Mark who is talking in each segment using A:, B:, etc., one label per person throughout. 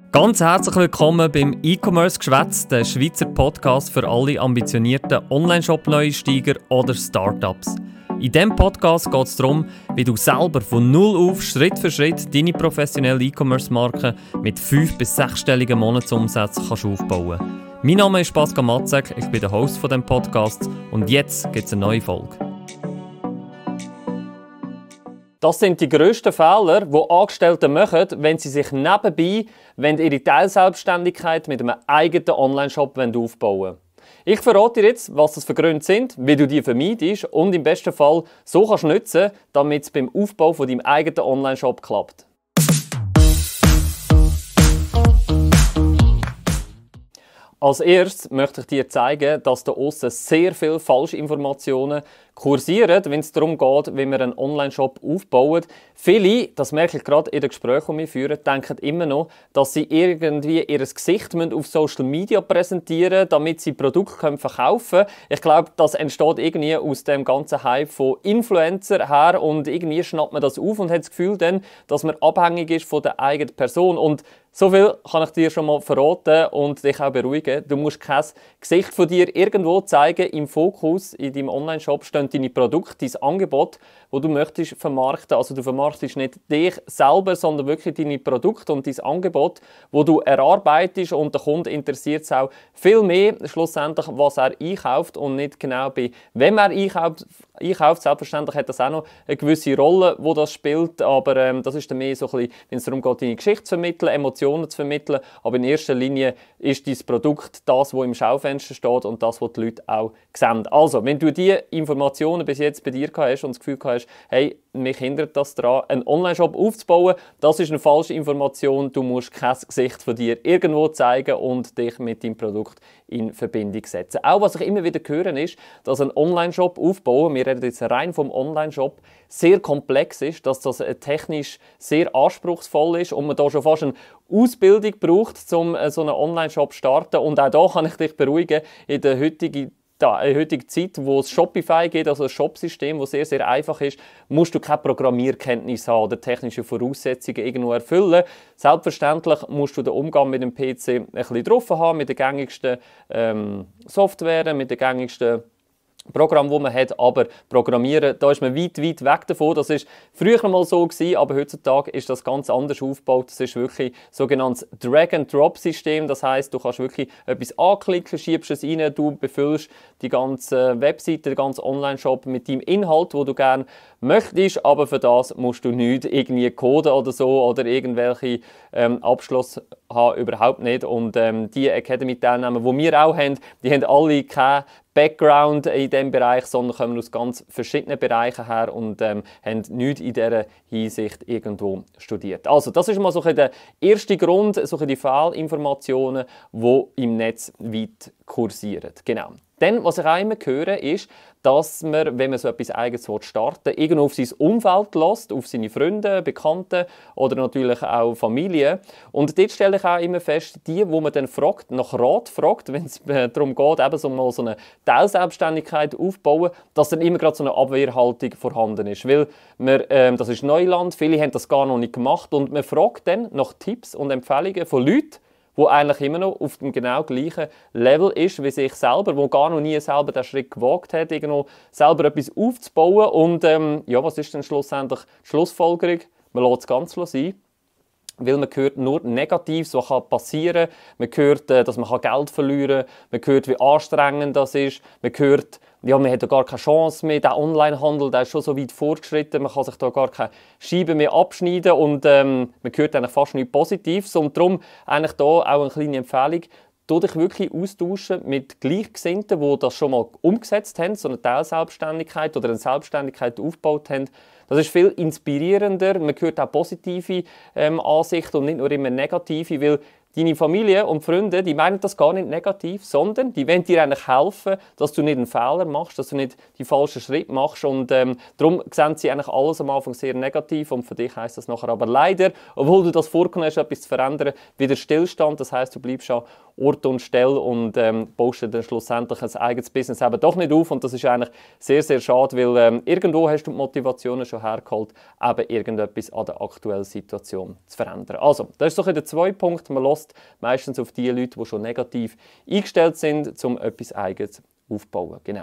A: Ganz herzlich willkommen beim E-Commerce-Geschwätz, der Schweizer Podcast für alle ambitionierten Online-Shop-Neusteiger oder Startups. In diesem Podcast geht es darum, wie du selber von null auf Schritt für Schritt deine professionelle E-Commerce-Marke mit 5- bis 6-stelligen Monatsumsätzen kannst aufbauen kannst. Mein Name ist Pascal Matzek, ich bin der Host von diesem Podcast und jetzt gibt es eine neue Folge. Das sind die grössten Fehler, die Angestellte machen, wenn sie sich nebenbei ihre Teilselbstständigkeit mit einem eigenen Online-Shop aufbauen wollen. Ich verrate dir jetzt, was das für Gründe sind, wie du die vermeidest und im besten Fall so kannst nutzen, damit es beim Aufbau von deinem eigenen Online-Shop klappt. Als erstes möchte ich dir zeigen, dass da aussen sehr viele Falschinformationen kursieren, wenn es darum geht, wie wir einen Online-Shop aufbauen. Viele, das merke ich gerade in den Gesprächen, die wir führen, denken immer noch, dass sie irgendwie ihr Gesicht auf Social Media präsentieren müssen, damit sie Produkte verkaufen können. Ich glaube, das entsteht irgendwie aus dem ganzen Hype von Influencer her und irgendwie schnappt man das auf und hat das Gefühl dann, dass man abhängig ist von der eigenen Person. Und so viel kann ich dir schon mal verraten und dich auch beruhigen. Du musst kein Gesicht von dir irgendwo zeigen. Im Fokus in deinem Online-Shop stehen deine Produkte, dein Angebot, das du möchtest vermarkten. Also du vermarktest nicht dich selber, sondern wirklich deine Produkte und dein Angebot, das du erarbeitest. Und der Kunde interessiert es auch viel mehr, schlussendlich, was er einkauft und nicht genau bei wem er einkauft. Selbstverständlich hat das auch noch eine gewisse Rolle, die das spielt, aber das ist dann mehr so ein bisschen, wenn es darum geht, deine Geschichte zu vermitteln, Emotionen zu vermitteln, aber in erster Linie ist dein Produkt das, was im Schaufenster steht und das, was die Leute auch sehen. Also, wenn du diese Informationen bis jetzt bei dir hast und das Gefühl hast, hey, mich hindert das daran, einen Online-Shop aufzubauen, das ist eine falsche Information, du musst kein Gesicht von dir irgendwo zeigen und dich mit deinem Produkt in Verbindung setzen. Auch was ich immer wieder höre, ist, dass ein Online-Shop aufbauen, wir reden jetzt rein vom Online-Shop, sehr komplex ist, dass das technisch sehr anspruchsvoll ist und man da schon fast eine Ausbildung braucht, um so einen Online-Shop zu starten. Und auch da kann ich dich beruhigen, in der heutigen Zeit, wo es Shopify gibt, also ein Shopsystem, das sehr, sehr einfach ist, musst du keine Programmierkenntnis haben oder technische Voraussetzungen irgendwo erfüllen. Selbstverständlich musst du den Umgang mit dem PC ein bisschen drauf haben, mit den gängigsten Software, mit den gängigsten Programm, das man hat, aber Programmieren, da ist man weit, weit weg davon. Das war früher mal so gewesen, aber heutzutage ist das ganz anders aufgebaut. Das ist wirklich ein sogenanntes Drag-and-Drop-System. Das heisst, du kannst wirklich etwas anklicken, schiebst es rein, du befüllst die ganze Webseite, den ganzen Online-Shop mit deinem Inhalt, den du gerne möchtest, aber für das musst du nicht irgendwie coden oder so oder irgendwelche Abschluss haben, überhaupt nicht. Und die Academy-Teilnehmer, die wir auch haben, die haben alle keine Background in diesem Bereich, sondern kommen aus ganz verschiedenen Bereichen her und haben nichts in dieser Hinsicht irgendwo studiert. Also das ist mal so der erste Grund, so die Fehlinformationen, die im Netz weit kursieren. Genau. Dann, was ich auch immer höre, ist, dass man, wenn man so etwas Eigenes starten will, irgendwo auf sein Umfeld lässt, auf seine Freunde, Bekannte oder natürlich auch Familie. Und dort stelle ich auch immer fest, die, wo man dann fragt, nach Rat fragt, wenn es darum geht, eben so mal so eine Teilselbstständigkeit aufzubauen, dass dann immer gerade so eine Abwehrhaltung vorhanden ist. Weil das ist Neuland, viele haben das gar noch nicht gemacht und man fragt dann nach Tipps und Empfehlungen von Leuten, wo eigentlich immer noch auf dem genau gleichen Level ist wie sich selber, wo gar noch nie selber den Schritt gewagt hat, irgendwo selber etwas aufzubauen. Und ja, was ist denn schlussendlich die Schlussfolgerung? Man lässt es ganz sein. Weil man hört nur Negatives, was passieren kann. Man hört, dass man Geld verlieren kann. Man hört, wie anstrengend das ist. Man hört, ja, man hat ja gar keine Chance mehr. Der Onlinehandel, der ist schon so weit fortgeschritten. Man kann sich da gar keine Scheiben mehr abschneiden. Und man hört eigentlich fast nichts Positives. Und darum eigentlich da auch eine kleine Empfehlung. Du dich wirklich austauschen mit Gleichgesinnten, die das schon mal umgesetzt haben, so eine Teilselbstständigkeit oder eine Selbstständigkeit aufgebaut haben. Das ist viel inspirierender, man hört auch positive Ansichten und nicht nur immer negative, weil deine Familie und Freunde, die meinen das gar nicht negativ, sondern die wollen dir eigentlich helfen, dass du nicht einen Fehler machst, dass du nicht die falschen Schritte machst und darum sehen sie eigentlich alles am Anfang sehr negativ und für dich heisst das nachher aber leider, obwohl du das vorgenommen hast, etwas zu verändern, wieder Stillstand, das heisst, du bleibst ja Ort und Stelle und baust dann schlussendlich ein eigenes Business eben doch nicht auf. Und das ist eigentlich sehr, sehr schade, weil irgendwo hast du die Motivationen schon hergeholt, eben irgendetwas an der aktuellen Situation zu verändern. Also, das ist so der zweite Punkt. Man lässt meistens auf die Leute, die schon negativ eingestellt sind, um etwas Eigenes aufzubauen. Genau.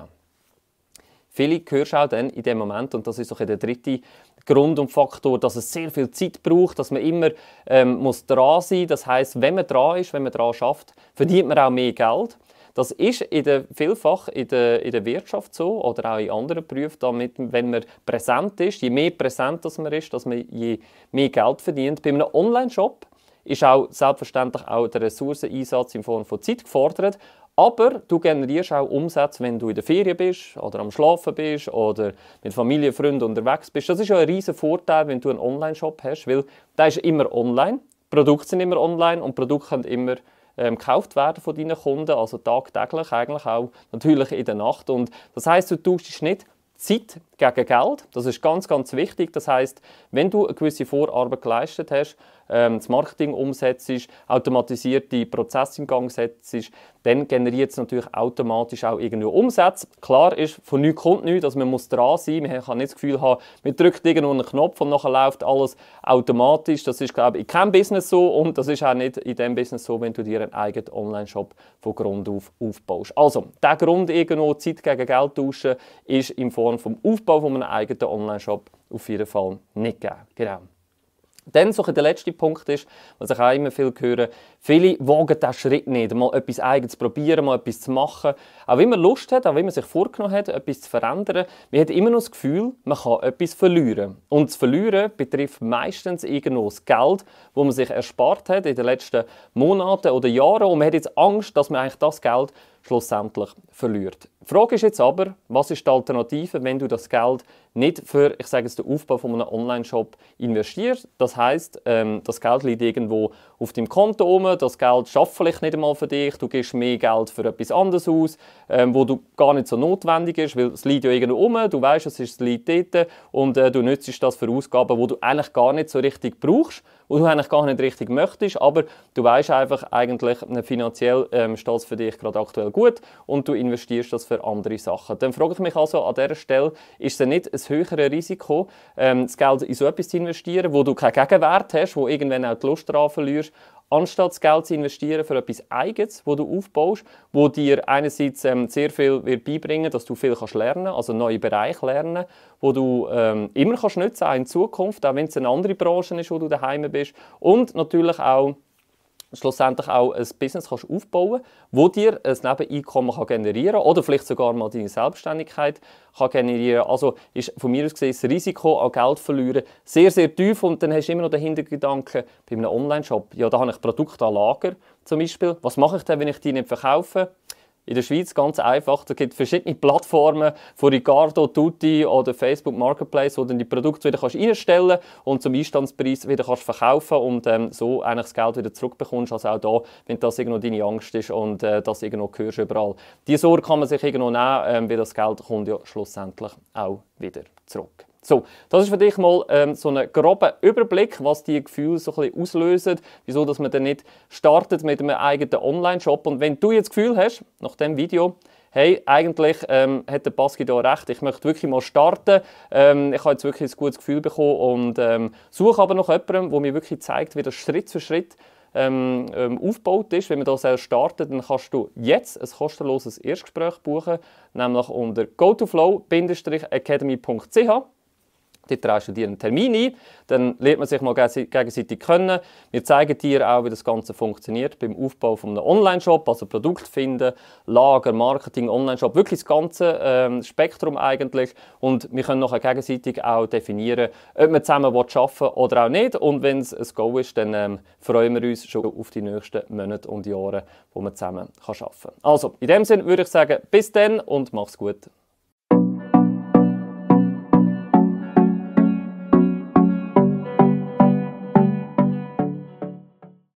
A: Viele hörst du auch dann in dem Moment, und das ist so der dritte Grund und Faktor, dass es sehr viel Zeit braucht, dass man immer muss dran sein muss. Das heisst, wenn man dran ist, wenn man dran schafft, verdient man auch mehr Geld. Das ist vielfach in der Wirtschaft so oder auch in anderen Berufen, damit, wenn man präsent ist, je mehr präsent man ist, dass man je mehr Geld verdient. Bei einem Online-Shop ist auch selbstverständlich auch der Ressourceneinsatz in Form von Zeit gefordert. Aber du generierst auch Umsätze, wenn du in der Ferien bist oder am Schlafen bist oder mit Familie, Freunden unterwegs bist. Das ist ja ein riesen Vorteil, wenn du einen Online-Shop hast, weil der ist immer online, die Produkte sind immer online und die Produkte können immer gekauft werden von deinen Kunden, also tagtäglich, eigentlich auch natürlich in der Nacht. Und das heisst, du tauschst nicht Zeit gegen Geld. Das ist ganz, ganz wichtig. Das heisst, wenn du eine gewisse Vorarbeit geleistet hast, das Marketing umsetzt, automatisierte Prozesse in Gang setzt, dann generiert es natürlich automatisch auch irgendwo Umsätze. Klar ist, von nichts kommt nichts, also man muss dran sein. Man kann nicht das Gefühl haben, man drückt irgendwo einen Knopf und nachher läuft alles automatisch. Das ist, glaube ich, in keinem Business so und das ist auch nicht in dem Business so, wenn du dir einen eigenen Online-Shop von Grund auf aufbaust. Also, der Grund, irgendwo Zeit gegen Geld tauschen, ist in Form vom Aufbau von einem eigenen Online-Shop auf jeden Fall nicht gegeben. Genau. Dann so der letzte Punkt ist, was ich auch immer viel höre, viele wagen diesen Schritt nicht, mal etwas Eigenes probieren, mal etwas zu machen. Auch wenn man Lust hat, auch wenn man sich vorgenommen hat, etwas zu verändern, man hat immer noch das Gefühl, man kann etwas verlieren. Und das Verlieren betrifft meistens irgendwo das Geld, das man sich erspart hat in den letzten Monaten oder Jahren. Und man hat jetzt Angst, dass man eigentlich das Geld schlussendlich verliert. Die Frage ist jetzt aber, was ist die Alternative, wenn du das Geld nicht für, ich sage jetzt, den Aufbau von einem Online-Shop investierst? Das heisst, das Geld liegt irgendwo auf deinem Konto rum, das Geld schafft vielleicht nicht einmal für dich, du gibst mehr Geld für etwas anderes aus, wo du gar nicht so notwendig ist, weil es liegt ja irgendwo rum, du weißt, es liegt dort und du nützt das für Ausgaben, die du eigentlich gar nicht so richtig brauchst, wo du eigentlich gar nicht richtig möchtest, aber du weißt einfach, eigentlich finanziell steht es für dich gerade aktuell gut und du investierst das für andere Sachen. Dann frage ich mich also an dieser Stelle, ist es nicht ein höheres Risiko, das Geld in so etwas zu investieren, wo du keinen Gegenwert hast, wo irgendwann auch die Lust daran verlierst, anstatt das Geld zu investieren für etwas Eigenes, das du aufbaust, wo dir einerseits sehr viel wird beibringen, dass du viel lernen kannst, also neue Bereiche lernen, wo du immer kannst nutzen, auch in Zukunft, auch wenn es eine andere Branche ist, wo du daheim bist. Und natürlich auch schlussendlich auch ein Business kannst aufbauen, wo dir ein Nebeneinkommen generieren kann oder vielleicht sogar mal deine Selbstständigkeit kann generieren. Also ist von mir aus gesehen das Risiko an Geld verlieren sehr, sehr tief und dann hast du immer noch den Hintergedanken bei einem Online-Shop, ja, da habe ich Produkte an Lager zum Beispiel. Was mache ich denn, wenn ich die nicht verkaufe? In der Schweiz ganz einfach. Da gibt es verschiedene Plattformen von Ricardo, Tutti oder Facebook Marketplace, wo du die Produkte wieder reinstellen kannst und zum Einstandspreis wieder verkaufen und so eigentlich das Geld wieder zurückbekommst. Also auch da, wenn das irgendwo deine Angst ist und das irgendwo hörst überall. Diese Sorge kann man sich irgendwo nehmen, weil das Geld kommt ja schlussendlich auch wieder zurück. So, das ist für dich mal so ein grober Überblick, was die Gefühle so ein bisschen auslösen, wieso dass man dann nicht startet mit einem eigenen Online-Shop. Und wenn du jetzt das Gefühl hast, nach diesem Video, hey, eigentlich hat der Baski da recht, ich möchte wirklich mal starten, ich habe jetzt wirklich ein gutes Gefühl bekommen und suche aber noch jemanden, der mir wirklich zeigt, wie das Schritt für Schritt aufgebaut ist. Wenn man das startet, dann kannst du jetzt ein kostenloses Erstgespräch buchen, nämlich unter gotoflow-academy.ch. Dort trägst du dir einen Termin ein, dann lernt man sich mal gegenseitig kennen. Wir zeigen dir auch, wie das Ganze funktioniert beim Aufbau von einem Online-Shop, also Produkt finden, Lager, Marketing, Online-Shop, wirklich das ganze Spektrum eigentlich. Und wir können nachher gegenseitig auch definieren, ob wir zusammen arbeiten wollen oder auch nicht. Und wenn es ein Go ist, dann freuen wir uns schon auf die nächsten Monate und Jahre, wo wir zusammen arbeiten können. Also, in dem Sinne würde ich sagen, bis dann und mach's gut.